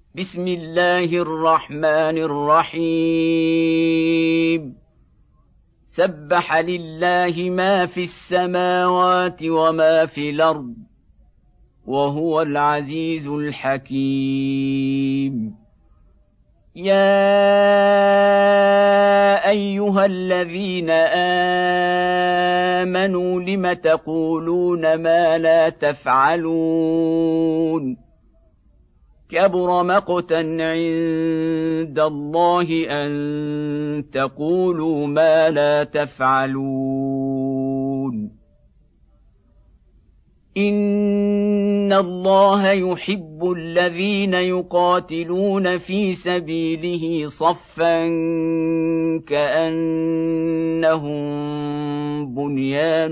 بسم الله الرحمن الرحيم سبح لله ما في السماوات وما في الأرض وهو العزيز الحكيم يا أيها الذين آمنوا لم تقولون ما لا تفعلون كبر مقتا عند الله أن تقولوا ما لا تفعلون إن الله يحب الذين يقاتلون في سبيله صفا كأنهم بنيان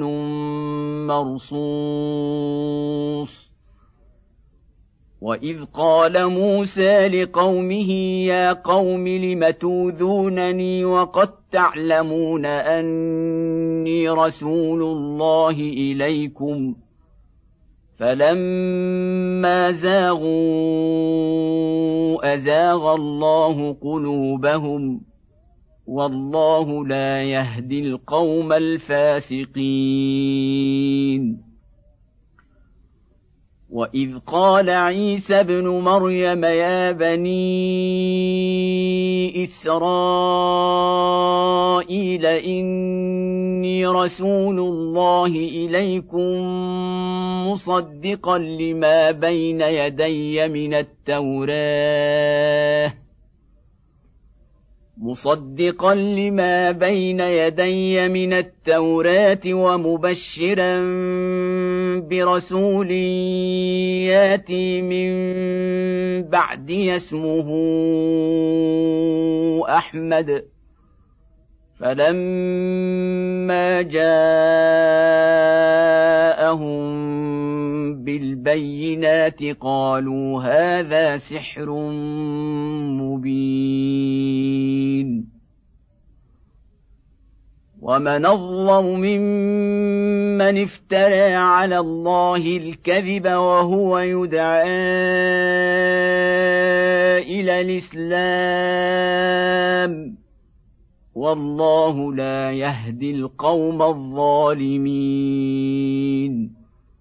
مرصوص وإذ قال موسى لقومه يا قوم لم توذونني وقد تعلمون أني رسول الله إليكم فلما زاغوا أزاغ الله قلوبهم والله لا يهدي القوم الفاسقين وإذ قال عيسى ابن مريم يا بني إسرائيل إني رسول الله إليكم مصدقا لما بين يدي من التوراة ومبشرا برسول ياتي من بعدي اسمه أحمد فلما جاءهم بالبينات قالوا هذا سحر مبين ومن أظلم ممن افترى على الله الكذب وهو يدعى إلى الإسلام والله لا يهدي القوم الظالمين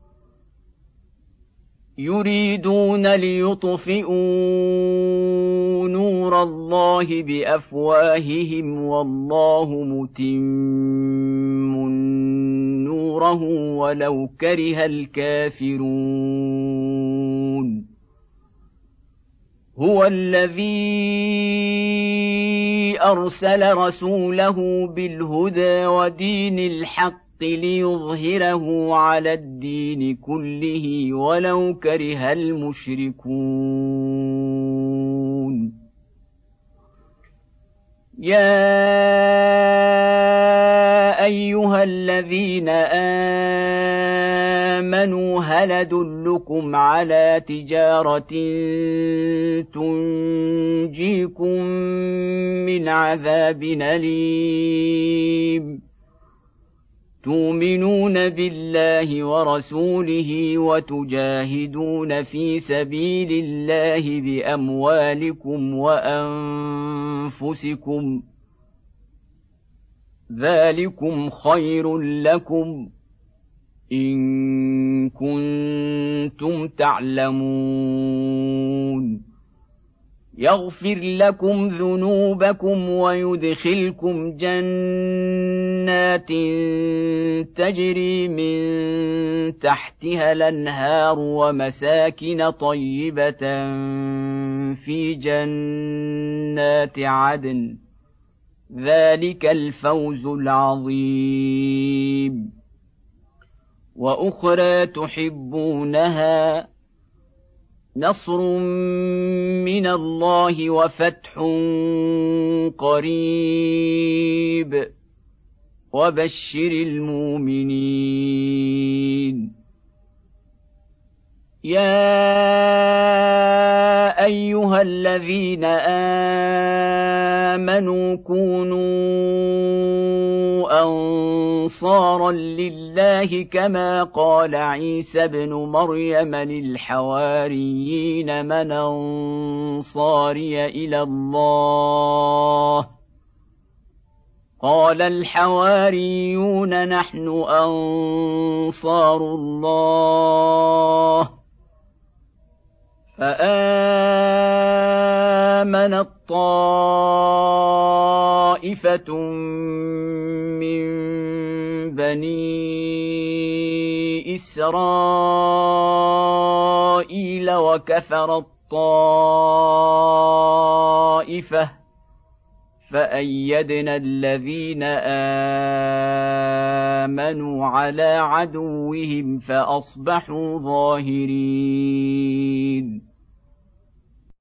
يريدون ليطفئوا نور الله بأفواههم والله متم نوره ولو كره الكافرون هو الذي أرسل رسوله بالهدى ودين الحق ليظهره على الدين كله ولو كره المشركون يا أيها الذين آمنوا هل أدلكم على تجارة تنجيكم من عذاب أليم تؤمنون بالله ورسوله وتجاهدون في سبيل الله بأموالكم وأنفسكم ذلكم خير لكم إن كنتم تعلمون يغفر لكم ذنوبكم ويدخلكم جنات تجري من تحتها الأنهار ومساكن طيبة في جنات عدن ذلك الفوز العظيم وأخرى تحبونها نصر من الله وفتح قريب وبشر المؤمنين يا أيها ايها الذين امنوا كونوا انصارا لله كما قال عيسى ابن مريم للحواريين من انصاري الى الله قال الحواريون نحن انصار الله فآمنت طائفة من بني إسرائيل وكفرت طائفة فأيدنا الذين آمنوا على عدوهم فأصبحوا ظاهرين.